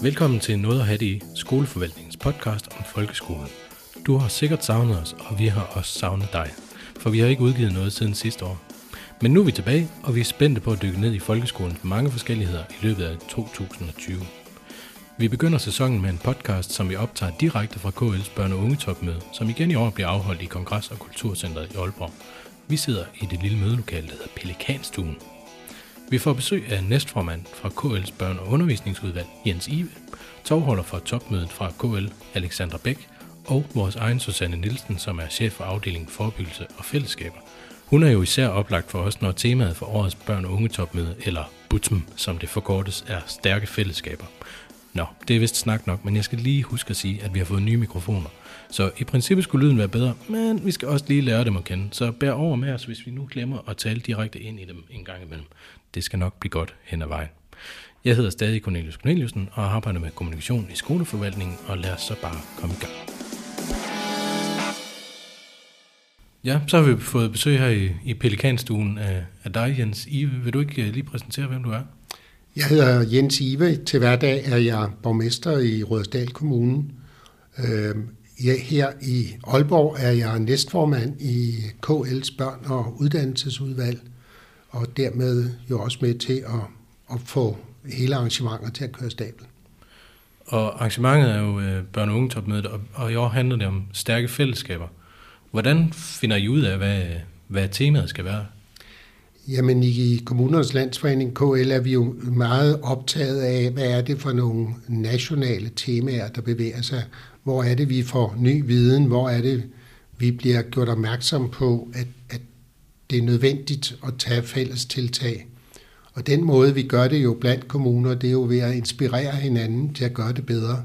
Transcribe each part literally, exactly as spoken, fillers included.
Velkommen til Noget at have det i, skoleforvaltningens podcast om folkeskolen. Du har sikkert savnet os, og vi har også savnet dig, for vi har ikke udgivet noget siden sidste år. Men nu er vi tilbage, og vi er spændte på at dykke ned i folkeskolens mange forskelligheder i løbet af to tusind og tyve. Vi begynder sæsonen med en podcast, som vi optager direkte fra K L's børne- og ungetopmøde, som igen i år bliver afholdt i Kongres- og Kulturcentret i Aalborg. Vi sidder i det lille mødelokale, der hedder Pelikanstuen. Vi får besøg af næstformand fra K L's børne- og undervisningsudvalg, Jens Ive, tovholder for topmødet fra K L, Alexandra Bæk, og vores egen Susanne Nielsen, som er chef for afdelingen forebyggelse og fællesskaber. Hun er jo især oplagt for os, når temaet for årets børne- og ungetopmøde, eller B U T M, som det forkortes, er stærke fællesskaber. Nå, det er vist snak nok, men jeg skal lige huske at sige, at vi har fået nye mikrofoner. Så i princippet skulle lyden være bedre, men vi skal også lige lære dem at kende. Så bær over med os, hvis vi nu glemmer at tale direkte ind i dem en gang imellem. Det skal nok blive godt hen ad vejen. Jeg hedder stadig Cornelius Corneliusen og har arbejdet med kommunikation i skoleforvaltningen, og lad os så bare komme i gang. Ja, så har vi fået besøg her i, i Pelikanstuen af, af dig, Jens Ive. Vil du ikke lige præsentere, hvem du er? Jeg hedder Jens Ive. Til hverdag er jeg borgmester i Rudersdal Kommune. Her i Aalborg er jeg næstformand i K L's børn- og uddannelsesudvalg, og dermed jo også med til at, at få hele arrangementer til at køre stablen. Og arrangementet er jo børne- og ungetopmødet, og, og i år handler det om stærke fællesskaber. Hvordan finder I ud af, hvad, hvad temaet skal være? Jamen i Kommunernes Landsforening K L er vi jo meget optaget af, hvad er det for nogle nationale temaer, der bevæger sig. Hvor er det, vi får ny viden? Hvor er det, vi bliver gjort opmærksom på, at, at det er nødvendigt at tage fælles tiltag? Og den måde, vi gør det jo blandt kommuner, det er jo ved at inspirere hinanden til at gøre det bedre.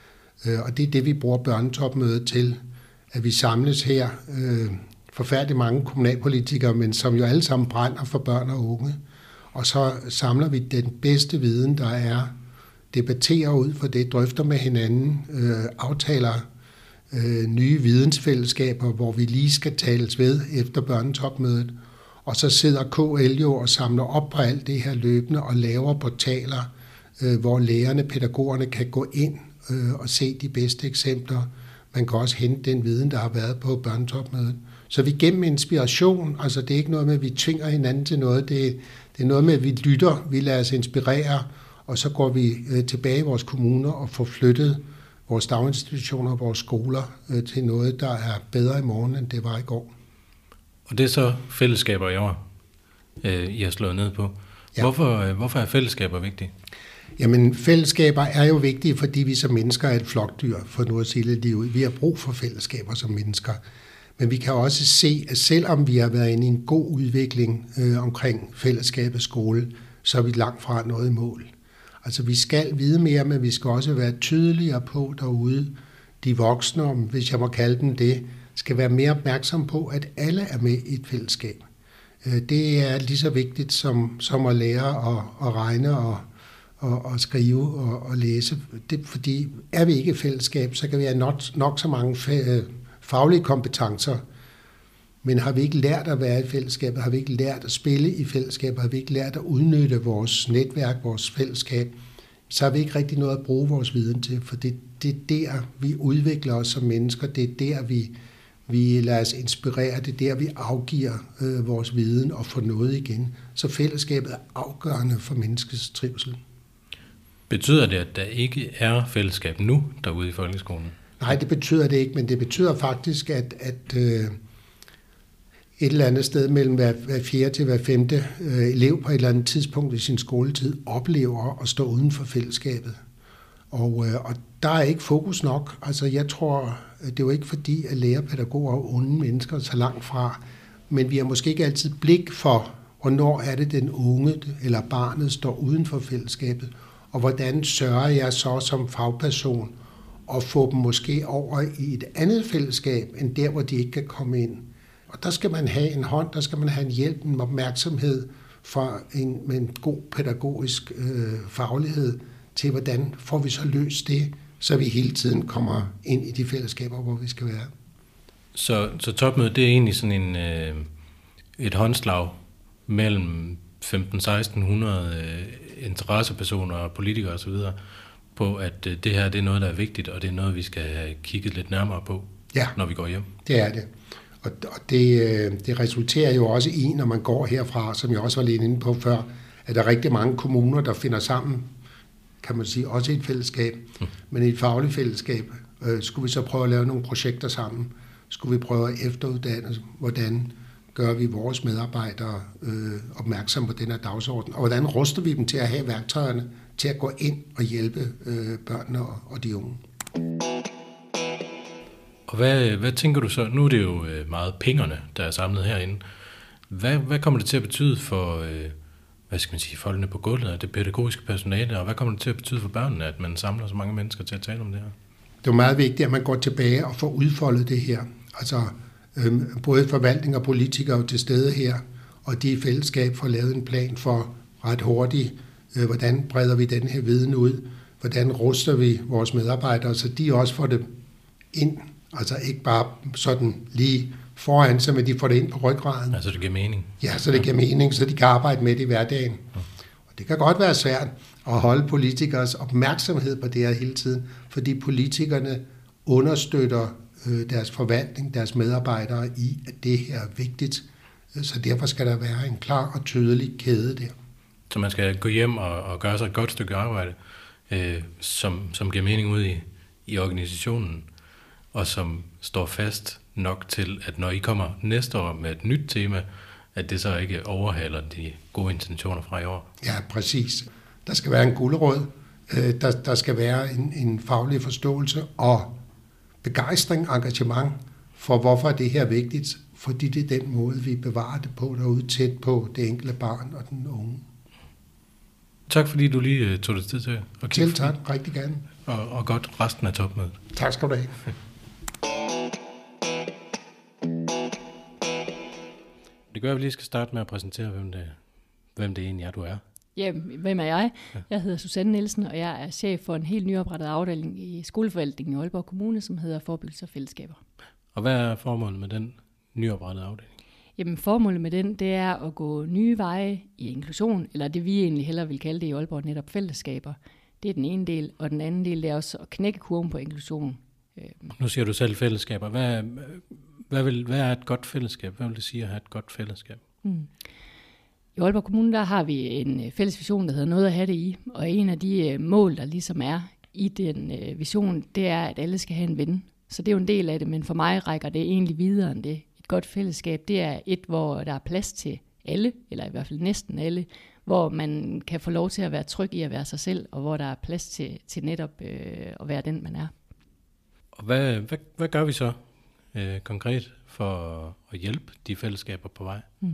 Og det er det, vi bruger børnetopmødet til, at vi samles her, øh, forfærdeligt mange kommunalpolitikere, men som jo alle sammen brænder for børn og unge. Og så samler vi den bedste viden, der er, debatterer ud for det, drøfter med hinanden, øh, aftaler øh, nye vidensfællesskaber, hvor vi lige skal tales ved efter børnetopmødet. Og så sidder K L jo og samler op på alt det her løbende og laver portaler, øh, hvor lærerne, pædagogerne kan gå ind øh, og se de bedste eksempler. Man kan også hente den viden, der har været på børnetopmødet. Så vi gennem inspiration, altså det er ikke noget med, at vi tvinger hinanden til noget, det, det er noget med, at vi lytter, vi lader os inspirere, og så går vi øh, tilbage i vores kommuner og får flyttet vores daginstitutioner og vores skoler øh, til noget, der er bedre i morgen, end det var i går. Og det er så fællesskaber i år, øh, I har slået ned på. Ja. Hvorfor, øh, hvorfor er fællesskaber vigtige? Jamen, fællesskaber er jo vigtige, fordi vi som mennesker er et flokdyr, for nu at sige lidt lige ud. Vi har brug for fællesskaber som mennesker. Men vi kan også se, at selvom vi har været inde i en god udvikling øh, omkring fællesskabets skole, så er vi langt fra noget i mål. Altså, vi skal vide mere, men vi skal også være tydeligere på derude. De voksne, hvis jeg må kalde dem det, skal være mere opmærksom på, at alle er med i et fællesskab. Øh, det er lige så vigtigt som, som at lære at, at regne og Og, og skrive og, og læse. Det, fordi er vi ikke et fællesskab, så kan vi have nok, nok så mange faglige kompetencer, men har vi ikke lært at være i fællesskabet, har vi ikke lært at spille i fællesskabet, har vi ikke lært at udnytte vores netværk, vores fællesskab, så har vi ikke rigtig noget at bruge vores viden til, for det, det er der, vi udvikler os som mennesker, det er der, vi, vi lader os inspirere, det er der, vi afgiver øh, vores viden og får noget igen. Så fællesskabet er afgørende for menneskets trivsel. Betyder det, at der ikke er fællesskab nu derude i folkeskolen? Nej, det betyder det ikke, men det betyder faktisk, at, at øh, et eller andet sted mellem hver, hver fjerde til hver femte øh, elev på et eller andet tidspunkt i sin skoletid oplever at stå uden for fællesskabet. Og, øh, og der er ikke fokus nok. Altså jeg tror, det er jo ikke fordi, at lærerpædagoger og onde mennesker så langt fra, men vi har måske ikke altid blik for, hvornår er det den unge eller barnet står uden for fællesskabet, og hvordan sørger jeg så som fagperson at få dem måske over i et andet fællesskab, end der, hvor de ikke kan komme ind. Og der skal man have en hånd, der skal man have en hjælp, en opmærksomhed fra en, med en god pædagogisk øh, faglighed til, hvordan får vi så løst det, så vi hele tiden kommer ind i de fællesskaber, hvor vi skal være. Så, så topmødet, det er egentlig sådan en, øh, et håndslag mellem femten til seksten hundrede øh, interessepersoner og politikere osv., på, at det her det er noget, der er vigtigt, og det er noget, vi skal have kigget lidt nærmere på, ja, når vi går hjem. Det er det. Og det, det resulterer jo også i, når man går herfra, som jeg også var lidt inde på før, at der er rigtig mange kommuner, der finder sammen, kan man sige, også i et fællesskab, mm. men i et fagligt fællesskab. Øh, skulle vi så prøve at lave nogle projekter sammen? Skulle vi prøve at efteruddanne, hvordan gør vi vores medarbejdere øh, opmærksom på den her dagsorden, og hvordan ruster vi dem til at have værktøjerne til at gå ind og hjælpe øh, børnene og, og de unge. Og hvad, hvad tænker du så? Nu er det jo meget pengene, der er samlet herinde. Hvad, hvad kommer det til at betyde for, øh, hvad skal man sige, folkene på gulvet og det pædagogiske personale, og hvad kommer det til at betyde for børnene, at man samler så mange mennesker til at tale om det her? Det er meget vigtigt, at man går tilbage og får udfoldet det her. Altså øh, både forvaltning og politikere til stede her, og de i fællesskab får lavet en plan for ret hurtigt, øh, hvordan breder vi den her viden ud, hvordan ruster vi vores medarbejdere, så de også får det ind. Altså ikke bare sådan lige foran sig, men de får det ind på ryggraden. Altså det giver mening. Ja, så det giver mening, så de kan arbejde med det i hverdagen. Og det kan godt være svært at holde politikers opmærksomhed på det her hele tiden, fordi politikerne understøtter øh, deres forvaltning, deres medarbejdere i, at det her er vigtigt. Så derfor skal der være en klar og tydelig kæde der. Så man skal gå hjem og, og gøre sig et godt stykke arbejde, øh, som, som giver mening ud i, i organisationen, og som står fast nok til, at når I kommer næste år med et nyt tema, at det så ikke overhaler de gode intentioner fra i år. Ja, præcis. Der skal være en gulerod, der, der skal være en, en faglig forståelse og begejstring, engagement for, hvorfor det her er vigtigt, fordi det er den måde, vi bevarer det på derude, tæt på det enkelte barn og den unge. Tak fordi du lige tog dig tid til at kigge. Selv tak, rigtig gerne. Og, og godt resten af topmødet. Tak skal du have. Det gør, at vi lige skal starte med at præsentere, hvem det, hvem det egentlig er, du er. Ja, hvem er jeg? Jeg hedder Susanne Nielsen, og jeg er chef for en helt nyoprettet afdeling i skoleforvaltningen i Aalborg Kommune, som hedder Forebyggelse og Fællesskaber. Og hvad er formålet med den nyoprettede afdeling? Jamen formålet med den, det er at gå nye veje i inklusion, eller det vi egentlig hellere vil kalde det i Aalborg netop fællesskaber. Det er den ene del, og den anden del er også at knække kurven på inklusion. Nu siger du selv fællesskaber. Hvad, hvad, vil, hvad er et godt fællesskab? Hvad vil det sige at have et godt fællesskab? Hmm. I Aalborg Kommune, der har vi en fælles vision, der hedder noget at have det i, og en af de mål, der ligesom er i den vision, det er, at alle skal have en ven. Så det er jo en del af det, men for mig rækker det egentlig videre end det. Et godt fællesskab, det er et, hvor der er plads til alle, eller i hvert fald næsten alle, hvor man kan få lov til at være tryg i at være sig selv, og hvor der er plads til, til netop øh, at være den, man er. Og hvad, hvad, hvad gør vi så øh, konkret for at hjælpe de fællesskaber på vej? Hmm.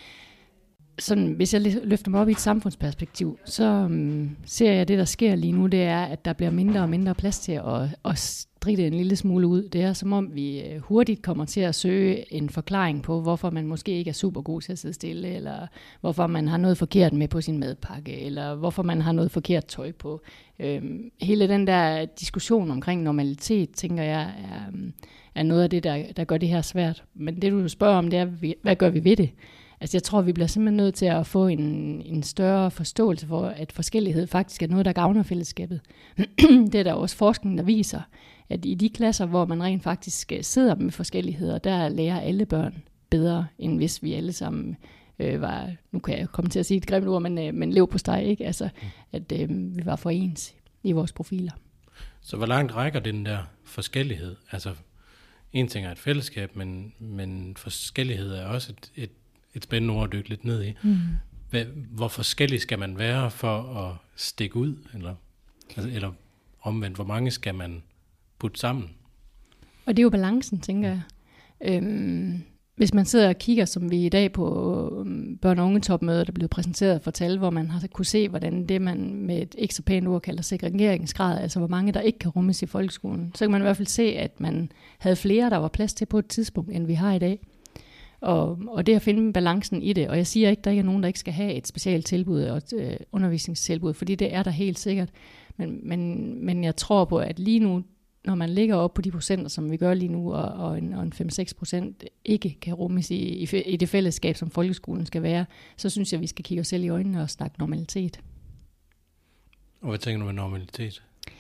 Sådan, hvis jeg løfter mig op i et samfundsperspektiv, så um, ser jeg, at det, der sker lige nu, det er, at der bliver mindre og mindre plads til at, at stride en lille smule ud. Det er som om, vi hurtigt kommer til at søge en forklaring på, hvorfor man måske ikke er super god til at sidde stille, eller hvorfor man har noget forkert med på sin madpakke, eller hvorfor man har noget forkert tøj på. Øhm, hele den der diskussion omkring normalitet, tænker jeg, er, er noget af det, der, der gør det her svært. Men det, du spørger om, det er, hvad gør vi ved det? Altså jeg tror, vi bliver simpelthen nødt til at få en, en større forståelse for, at forskellighed faktisk er noget, der gavner fællesskabet. Det er der også forskning, der viser, at i de klasser, hvor man rent faktisk sidder med forskelligheder, der lærer alle børn bedre, end hvis vi alle sammen øh, var, nu kan jeg komme til at sige et grimt ord, men, øh, men lev på steg, ikke? Altså, at øh, vi var for ens i vores profiler. Så hvor langt rækker den der forskellighed? Altså, en ting er et fællesskab, men, men forskellighed er også et, et et spændende ord at dykke lidt ned i. Mm. Hvor forskellig skal man være for at stikke ud? Eller, altså, eller omvendt, hvor mange skal man putte sammen? Og det er jo balancen, tænker jeg. Øhm, hvis man sidder og kigger, som vi i dag på børn- og unge-topmøder, der blev præsenteret for tal, hvor man har kunne se, hvordan det, man med et ikke så pænt ord kalder segregeringsgrad, altså hvor mange, der ikke kan rummes i folkeskolen, så kan man i hvert fald se, at man havde flere, der var plads til på et tidspunkt, end vi har i dag. Og, og det at finde balancen i det, og jeg siger ikke, at der ikke er nogen, der ikke skal have et specielt tilbud og et øh, undervisningstilbud, fordi det er der helt sikkert. Men, men, men jeg tror på, at lige nu, når man ligger op på de procenter, som vi gør lige nu, og, og en, og en fem til seks procent ikke kan rummes i, i, i det fællesskab, som folkeskolen skal være, så synes jeg, at vi skal kigge os selv i øjnene og snakke normalitet. Og hvad tænker du med normalitet?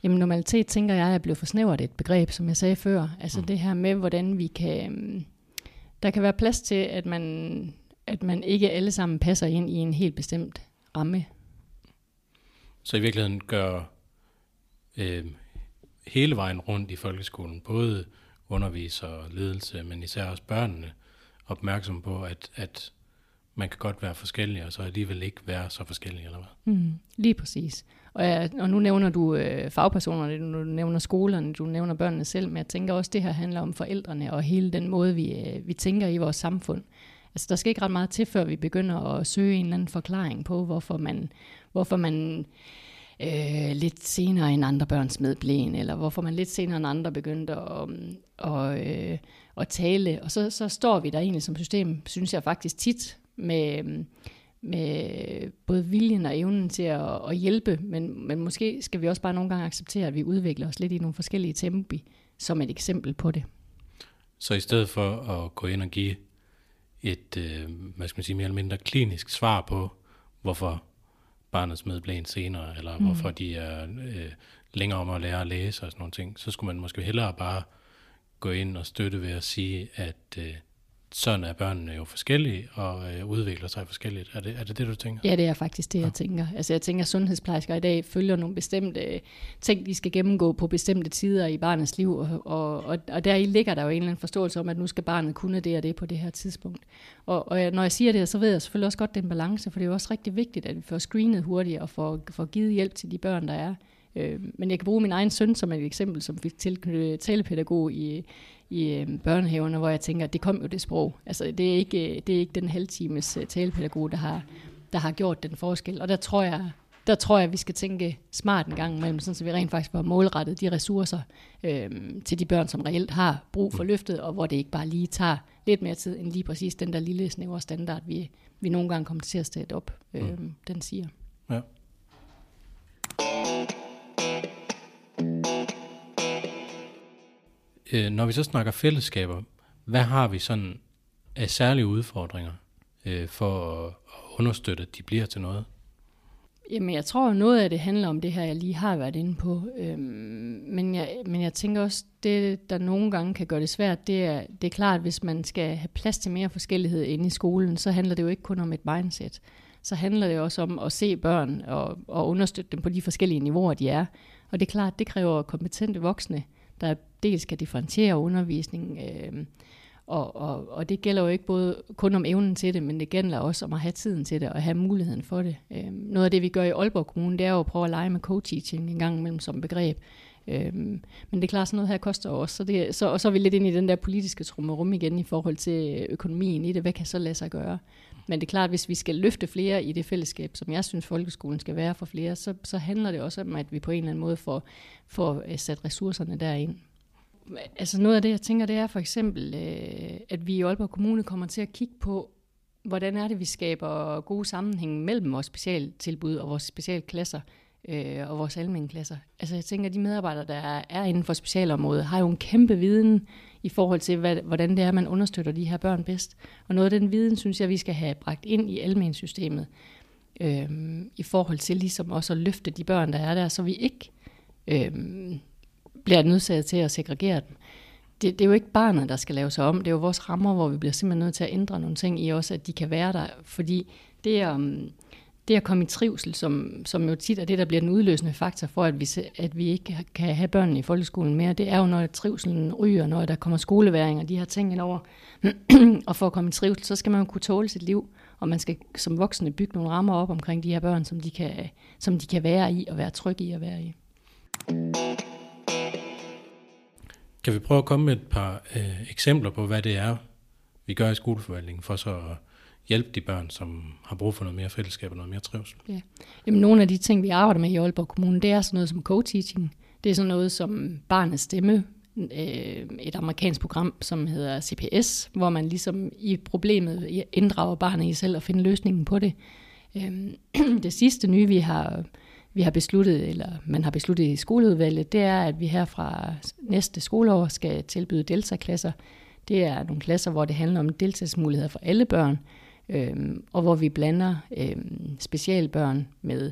Jamen normalitet, tænker jeg, er blevet for snævert et begreb, som jeg sagde før. Altså mm. det her med, hvordan vi kan... Der kan være plads til, at man, at man ikke alle sammen passer ind i en helt bestemt ramme. Så i virkeligheden gør øh, hele vejen rundt i folkeskolen, både undervisere og ledelse, men især også børnene, opmærksom på, at, at man kan godt være forskellig, og så alligevel ikke være så forskellig, eller hvad? Mm, lige præcis. Og, jeg, og nu nævner du øh, fagpersonerne, du nævner skolerne, du nævner børnene selv, men jeg tænker også, at det her handler om forældrene, og hele den måde, vi, øh, vi tænker i vores samfund. Altså, der skal ikke ret meget til, før vi begynder at søge en eller anden forklaring på, hvorfor man, hvorfor man øh, lidt senere end andre børn smed blæen, eller hvorfor man lidt senere end andre begyndte at, og, øh, at tale. Og så, så står vi der egentlig som system, synes jeg faktisk tit, med, med både viljen og evnen til at, at hjælpe, men, men måske skal vi også bare nogle gange acceptere, at vi udvikler os lidt i nogle forskellige tempi, som et eksempel på det. Så i stedet for at gå ind og give et, øh, hvad skal man sige, mere eller mindre klinisk svar på, hvorfor barnet smed blæen senere, eller mm. hvorfor de er øh, længere om at lære at læse og sådan nogle ting, så skulle man måske hellere bare gå ind og støtte ved at sige, at øh, sådan er børnene jo forskellige og øh, udvikler sig forskelligt. Er det, er det det, du tænker? Ja, det er faktisk det, jeg ja. tænker. Altså jeg tænker, at sundhedsplejersker i dag følger nogle bestemte ting, de skal gennemgå på bestemte tider i barnets liv, og, og, og, og deri ligger der jo en eller anden forståelse om, at nu skal barnet kunne det og det på det her tidspunkt. Og, og når jeg siger det, så ved jeg selvfølgelig også godt, det er en balance, for det er jo også rigtig vigtigt, at vi får screenet hurtigt og får, får givet hjælp til de børn, der er. Øh, men jeg kan bruge min egen søn som et eksempel, som fik tilknyttet talepædagog i i børnehaverne, hvor jeg tænker, at det kom jo det sprog. Altså det er ikke, det er ikke den halvtimes talepædagog, der har, der har gjort den forskel. Og der tror jeg, der tror jeg, at vi skal tænke smart en gang imellem, sådan så vi rent faktisk får målrettet de ressourcer øhm, til de børn, som reelt har brug for løftet, og hvor det ikke bare lige tager lidt mere tid, end lige præcis den der lille snævre standard, vi, vi nogle gange kommer til at sætte op, øhm, mm. den siger. Ja. Når vi så snakker fællesskaber, hvad har vi sådan af særlige udfordringer øh, for at understøtte, at de bliver til noget? Jamen jeg tror, noget af det handler om det her, jeg lige har været inde på. Øhm, men, jeg, men jeg tænker også, det der nogle gange kan gøre det svært, det er, det er klart, at hvis man skal have plads til mere forskellighed inde i skolen, så handler det jo ikke kun om et mindset. Så handler det også om at se børn og, og understøtte dem på de forskellige niveauer, de er. Og det er klart, det kræver kompetente voksne, der dels skal differentiere undervisningen, øh, og, og, og det gælder jo ikke både kun om evnen til det, men det gælder også om at have tiden til det, og have muligheden for det. Øh, noget af det, vi gør i Aalborg Kommune, det er jo at prøve at lege med co-teaching en gang imellem som begreb. Øh, men det er klart, sådan noget her koster også, så det, så, og så er vi lidt inde i den der politiske trummerum igen i forhold til økonomien i det. Hvad kan så lade sig gøre? Men det er klart, at hvis vi skal løfte flere i det fællesskab, som jeg synes, folkeskolen skal være for flere, så, så handler det også om, at vi på en eller anden måde får, får sat ressourcerne derind. Altså noget af det, jeg tænker, det er for eksempel, øh, at vi i Aalborg Kommune kommer til at kigge på, hvordan er det, vi skaber gode sammenhænge mellem vores specialtilbud og vores specialklasser øh, og vores almene klasser. Altså jeg tænker, at de medarbejdere, der er inden for specialområdet, har jo en kæmpe viden i forhold til, hvad, hvordan det er, man understøtter de her børn bedst. Og noget af den viden, synes jeg, vi skal have bragt ind i almensystemet, øh, i forhold til ligesom også at løfte de børn, der er der, så vi ikke øh, bliver nødsaget til at segregere dem. Det, det er jo ikke barnet, der skal lave sig om, det er jo vores rammer, hvor vi bliver simpelthen nødt til at ændre nogle ting i også, at de kan være der, fordi det er... Det at komme i trivsel, som, som jo tit er det, der bliver den udløsende faktor for, at vi, at vi ikke kan have børnene i folkeskolen mere, det er jo, når trivselen ryger, når der kommer skoleværing og de her ting indover. Og for at komme i trivsel, så skal man jo kunne tåle sit liv, og man skal som voksne bygge nogle rammer op omkring de her børn, som de kan, som de kan være i og være trygge i at være i. Kan vi prøve at komme med et par øh, eksempler på, hvad det er, vi gør i skoleforvaltningen, for så at hjælpe de børn, som har brug for noget mere fællesskab og noget mere trivsel? Ja. Jamen, nogle af de ting, vi arbejder med i Aalborg Kommune, det er sådan noget som co-teaching. Det er sådan noget som Barnets Stemme, øh, et amerikansk program, som hedder C P S, hvor man ligesom i problemet inddrager barnet i selv og finder løsningen på det. Øh, det sidste nye, vi har, vi har besluttet, eller man har besluttet i skoleudvalget, det er, at vi her fra næste skoleår skal tilbyde deltaklasser. Det er nogle klasser, hvor det handler om deltagsmuligheder for alle børn, Øhm, og hvor vi blander øhm, specialbørn med,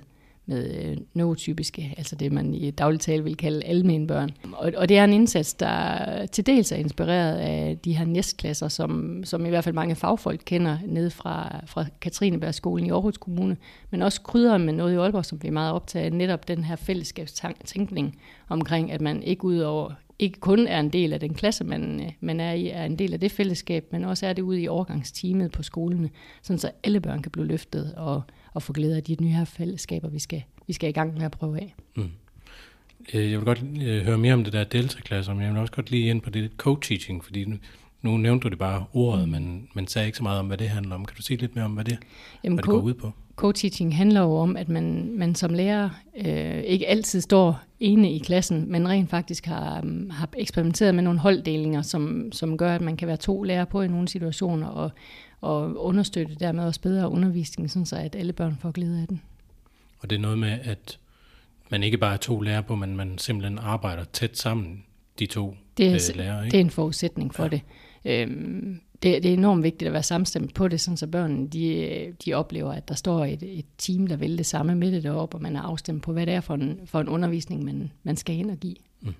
med øh, neurotypiske, altså det man i daglig tale vil kalde almene børn. Og, og det er en indsats, der til dels er inspireret af de her næstklasser, som, som i hvert fald mange fagfolk kender nede fra, fra Katrinebergskolen i Aarhus Kommune, men også krydder med noget i Aalborg, som vi er meget optaget af, netop den her fællesskabstænkning omkring, at man ikke udover ikke kun er en del af den klasse, man, man er i, er en del af det fællesskab, men også er det ude i overgangsteamet på skolene, sådan så alle børn kan blive løftet og, og få glæde af de nye her fællesskaber, vi skal, vi skal i gang med at prøve af. Mm. Jeg vil godt høre mere om det der delta-klasser, men jeg vil også godt lige ind på det co-teaching, fordi nu, nu nævnte du det bare ordet, men man sagde ikke så meget om, hvad det handler om. Kan du sige lidt mere om, hvad det, Jamen, hvad det går ud på? Co-teaching handler jo om, at man, man som lærer øh, ikke altid står ene i klassen, men rent faktisk har, har eksperimenteret med nogle holddelinger, som, som gør, at man kan være to lærere på i nogle situationer, og, og understøtte dermed også bedre undervisning, sådan så at alle børn får glæde af den. Og det er noget med, at man ikke bare er to lærere på, men man simpelthen arbejder tæt sammen, de to det er, øh, lærere, ikke? Det er en forudsætning for ja. det. Øhm, Det, det er enormt vigtigt at være samstemt på det, sådan så børnene de, de oplever, at der står et, et team, der vil det samme med det deroppe, og man er afstemt på, hvad det er for en, for en undervisning, man, man skal ind og give. Mm.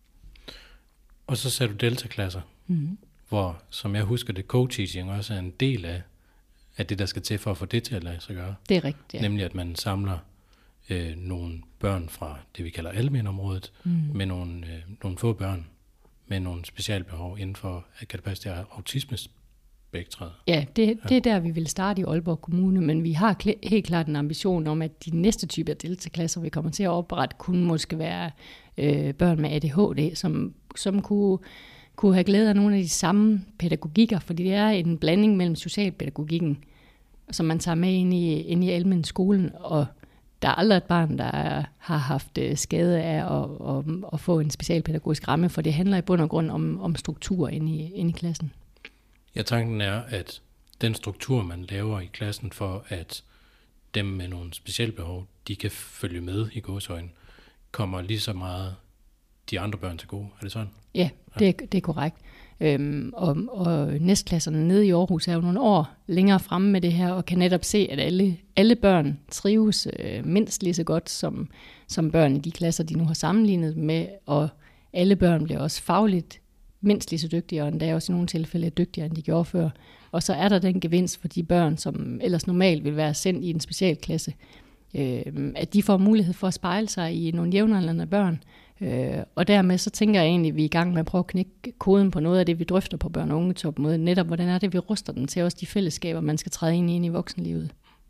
Og så ser du delta-klasser, mm. hvor, som jeg husker det, co-teaching også er en del af, af det, der skal til for at få det til at lade sig gøre. Det er rigtigt, ja. Nemlig, at man samler øh, nogle børn fra det, vi kalder almenområdet, mm. med nogle, øh, nogle få børn, med nogle specialbehov inden for, kan det passe, det er autismespektret? Ja, det, ja, det er der, vi vil starte i Aalborg Kommune, men vi har kl- helt klart en ambition om, at de næste typer af delta-klasser, vi kommer til at oprette, kunne måske være øh, børn med A D H D, som, som kunne, kunne have glæde af nogle af de samme pædagogikker, fordi det er en blanding mellem socialpædagogikken, som man tager med ind i, ind i almen skolen, og der er aldrig et barn, der har haft skade af at, at, at få en specialpædagogisk ramme, for det handler i bund og grund om, om struktur inde i, inde i klassen. Ja, tanken er, at den struktur, man laver i klassen for, at dem med nogle specialbehov, de kan følge med i gåseøjne, kommer lige så meget de andre børn til gode. Er det sådan? Ja, det er, det er korrekt. Øhm, og, og næstklasserne nede i Aarhus er jo nogle år længere fremme med det her, og kan netop se, at alle, alle børn trives øh, mindst lige så godt som, som børn i de klasser, de nu har sammenlignet med, og alle børn bliver også fagligt mindst lige så dygtige, og endda også i nogle tilfælde dygtigere, end de gjorde før. Og så er der den gevinst for de børn, som ellers normalt vil være sendt i en specialklasse, øh, at de får mulighed for at spejle sig i nogle jævnaldrende børn. Øh, og dermed så tænker jeg egentlig, at vi er i gang med at prøve at knække koden på noget af det, vi drøfter på børn- og ungetopmødet. Netop, hvordan er det, vi ruster dem til også de fællesskaber, man skal træde ind i, ind i voksenlivet.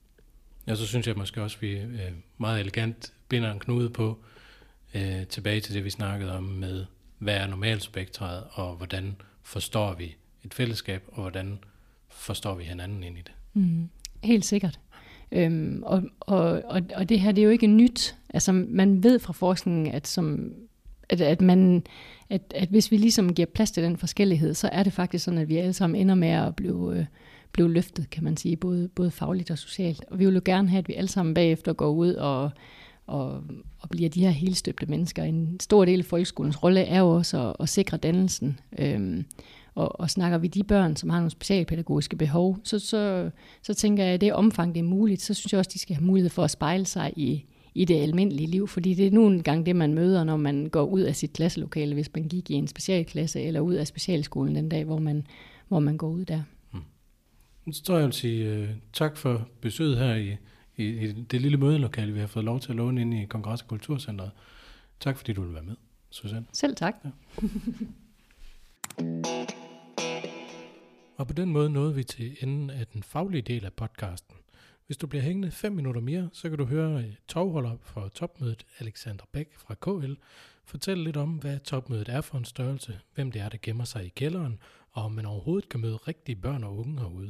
Ja, så synes jeg måske også, at vi øh, meget elegant binder en knude på øh, tilbage til det, vi snakkede om med, hvad er normalspektret, og hvordan forstår vi et fællesskab, og hvordan forstår vi hinanden ind i det. Mm, helt sikkert. Øhm, og, og, og, og det her, det er jo ikke nyt. Altså, man ved fra forskningen, at, som, at, at, man, at, at hvis vi ligesom giver plads til den forskellighed, så er det faktisk sådan, at vi alle sammen ender med at blive, øh, blive løftet, kan man sige, både, både fagligt og socialt. Og vi vil jo gerne have, at vi alle sammen bagefter går ud og, og, og bliver de her helstøbte mennesker. En stor del af folkeskolens rolle er jo også at, at sikre dannelsen. Øhm, Og, og snakker vi de børn, som har nogle specialpædagogiske behov, så, så, så tænker jeg, at det omfang, det er muligt, så synes jeg også, de skal have mulighed for at spejle sig i, i det almindelige liv, fordi det er nu engang det, man møder, når man går ud af sit klasselokale, hvis man gik i en specialklasse, eller ud af specialskolen den dag, hvor man, hvor man går ud der. Hmm. Så tror jeg vil sige uh, tak for besøget her i, i, i det lille mødelokale, vi har fået lov til at låne ind i Kongress- og Kulturcentret. Tak fordi du vil være med, Susanne. Selv tak. Ja. Og på den måde nåede vi til enden af den faglige del af podcasten. Hvis du bliver hængende fem minutter mere, så kan du høre tovholder fra topmødet Alexander Bæk fra K L fortælle lidt om, hvad topmødet er for en størrelse, hvem det er, der gemmer sig i kælderen, og om man overhovedet kan møde rigtige børn og unge herude.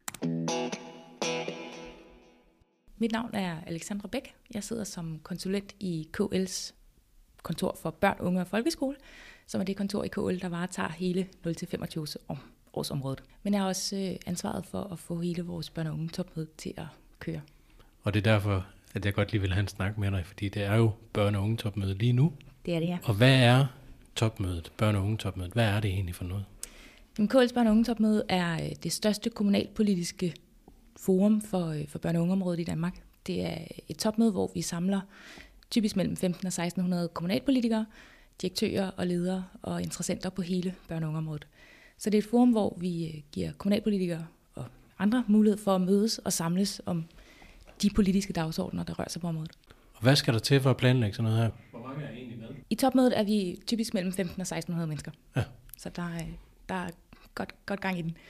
Mit navn er Alexandra Bæk. Jeg sidder som konsulent i K L's kontor for børn, unge og folkeskole, som er det kontor i K L, der varetager hele nul til femogtyve årsområdet. Men jeg har også ansvaret for at få hele vores børn- og unge topmøde til at køre. Og det er derfor, at jeg godt lige vil have en snak med dig, fordi det er jo børn- og unge topmøde lige nu. Det er det, ja. Og hvad er topmødet, børn- og unge topmødet? Hvad er det egentlig for noget? K L's børn- og unge topmøde er det største kommunalpolitiske forum for, for børn- og ungeområdet i Danmark. Det er et topmøde, hvor vi samler typisk mellem femten og seksten hundrede kommunalpolitikere, direktører og ledere og interessenter på hele børne- og ungeområdet. Så det er et forum, hvor vi giver kommunalpolitikere og andre mulighed for at mødes og samles om de politiske dagsordner, der rører sig på området. Og hvad skal der til for at planlægge sådan noget her? Hvor mange er egentlig med? I topmødet er vi typisk mellem femten og seksten hundrede mennesker. Ja. Så der er, der er godt, godt gang i den.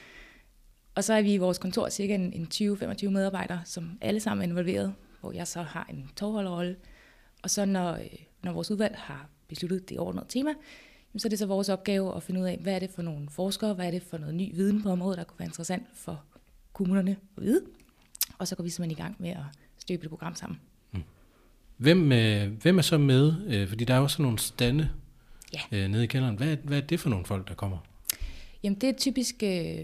Og så er vi i vores kontor cirka en, en tyve til femogtyve medarbejdere, som alle sammen er involveret, hvor jeg så har en tovholderrolle. Og så når, når vores udvalg har besluttet det overordnede tema, så er det så vores opgave at finde ud af, hvad er det for nogle forskere, hvad er det for noget ny viden på området, der kunne være interessant for kommunerne at vide. Og så går vi simpelthen i gang med at støbe det program sammen. Mm. Hvem, øh, hvem er så med? Øh, fordi der er jo sådan nogle stande ja. øh, nede i kælderen. Hvad, hvad er det for nogle folk, der kommer? Jamen det er typisk, øh,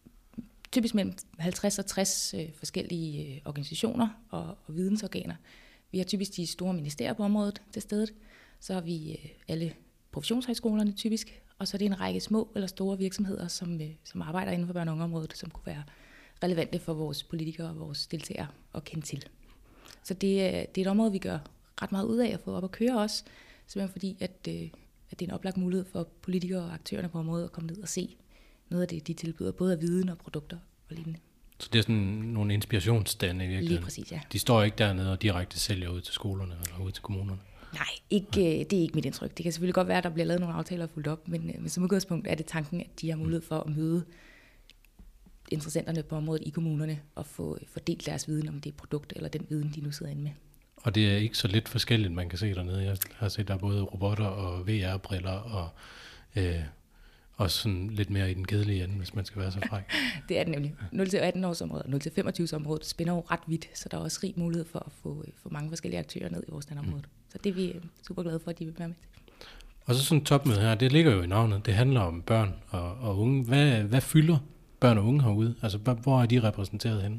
typisk mellem halvtreds og tres øh, forskellige øh, organisationer og, og vidensorganer. Vi har typisk de store ministerier på området til stedet. Så har vi øh, alle professionshøjskolerne typisk. Og så er det en række små eller store virksomheder, som, øh, som arbejder inden for børne- og ungeområdet, som kunne være relevante for vores politikere og vores deltagere at kende til. Så det, det er et område, vi gør ret meget ud af at få op at køre også, simpelthen fordi, at, at det er en oplagt mulighed for politikere og aktørerne på området at komme ned og se noget af det, de tilbyder, både af viden og produkter og lignende. Så det er sådan nogle inspirationsstande i virkeligheden? Lige præcis, ja. De står ikke dernede og direkte sælger ud til skolerne eller ud til kommunerne? Nej, ikke, det er ikke mit indtryk. Det kan selvfølgelig godt være, at der bliver lavet nogle aftaler og fuldt op, men, men som udgangspunkt er det tanken, at de har mulighed for at møde interessenterne på området i kommunerne og få fordelt deres viden om det produkt eller den viden, de nu sidder inde med. Og det er ikke så lidt forskelligt, man kan se dernede. Jeg har set, der er både robotter og V R-briller og øh, også sådan lidt mere i den kedelige ende, hvis man skal være så fræk. Det er det nemlig. nul til atten års området og nul til femogtyve års området spænder jo ret vidt, så der er også rig mulighed for at få, få mange forskellige aktører ned i vores landområde. Mm. Så det er vi super glade for, at de vil være med til. Og så sådan et topmøde her, det ligger jo i navnet. Det handler om børn og, og unge. Hvad, hvad fylder børn og unge herude? Altså, hvor er de repræsenteret henne?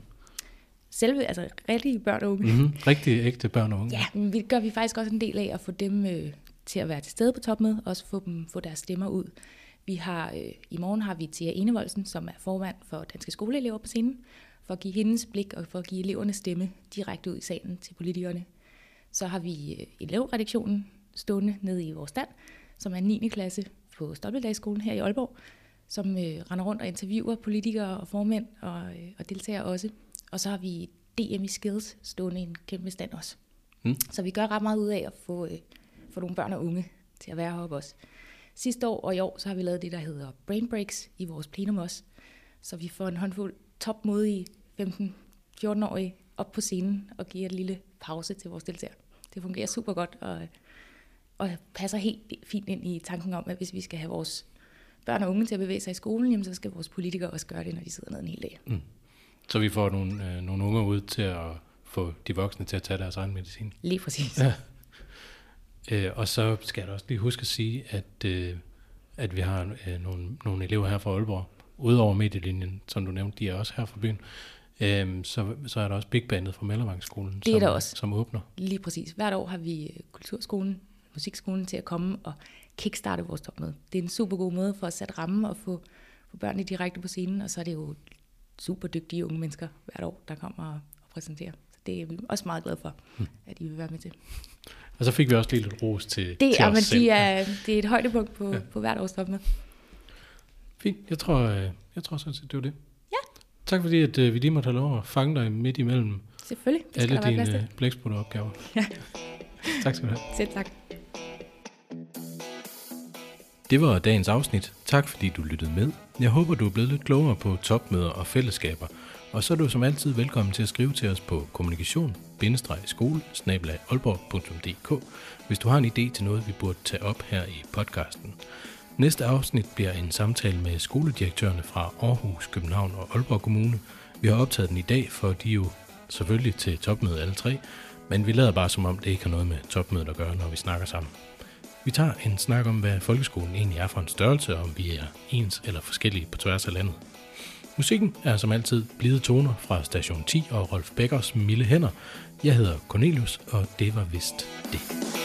Selve, altså rigtige børn og unge. Mm-hmm. Rigtige, ægte børn og unge. Ja, men det gør vi faktisk også en del af at få dem øh, til at være til stede på topmødet, og også få dem få deres stemmer ud. Vi har øh, i morgen har vi Thea Enevoldsen, som er formand for Danske Skoleelever på scenen, for at give hendes blik og for at give eleverne stemme direkte ud i salen til politikerne. Så har vi øh, elevredaktionen stående nede i vores stand, som er niende klasse på Stolpedagsskolen her i Aalborg, som øh, render rundt og interviewer politikere og formænd og, øh, og deltager også. Og så har vi D M i Skills stående i en kæmpe stand også. Mm. Så vi gør ret meget ud af at få, øh, få nogle børn og unge til at være heroppe også. Sidste år og i år så har vi lavet det, der hedder Brain Breaks i vores plenum også. Så vi får en håndfuld topmodige femten fjorten-årige op på scenen og giver et lille pause til vores deltagere. Det fungerer super godt og, og passer helt fint ind i tanken om, at hvis vi skal have vores børn og unge til at bevæge sig i skolen, jamen, så skal vores politikere også gøre det, når de sidder ned en hel dag. Mm. Så vi får nogle, øh, nogle unger ud til at få de voksne til at tage deres egen medicin. Lige præcis. Ja. Øh, og så skal jeg også lige huske at sige, at, øh, at vi har øh, nogle, nogle elever her fra Aalborg, udover medielinjen, som du nævnte, de er også her fra byen. Øh, så, så er der også Big Bandet fra Mellemvangsskolen, som, som åbner. Lige præcis. Hvert år har vi kulturskolen, musikskolen til at komme og kickstarte vores topmøde. Det er en super god måde for at sætte rammen og få, få børnene direkte på scenen, og så er det jo super dygtige unge mennesker hvert år, der kommer og, og præsenterer. Så det er vi også meget glade for, hmm. at I vil være med til. Og så fik vi også lige lidt ros til, det, til ja, os men selv. De er, det er et højdepunkt på, ja. på hvert års topmøde. Fint. Jeg tror, jeg tror sådan set, det var det. Ja. Tak fordi, at vi lige måtte have lov at fange dig midt imellem Selvfølgelig. Det alle dine blæksprutte-opgaver. Ja. Tak skal du have. Selv tak. Det var dagens afsnit. Tak fordi du lyttede med. Jeg håber, du er blevet lidt klogere på topmøder og fællesskaber. Og så er du som altid velkommen til at skrive til os på kommunikation bindestreg skole snabel-a aalborg punktum d k, hvis du har en idé til noget, vi burde tage op her i podcasten. Næste afsnit bliver en samtale med skoledirektørerne fra Aarhus, København og Aalborg Kommune. Vi har optaget den i dag, for de er jo selvfølgelig til topmødet alle tre, men vi lader bare som om det ikke har noget med topmødet at gøre, når vi snakker sammen. Vi tager en snak om, hvad folkeskolen egentlig er for en størrelse, og om vi er ens eller forskellige på tværs af landet. Musikken er som altid Blide Toner fra Station ti og Rolf Beckers Milde Hænder. Jeg hedder Cornelius, og det var vist det.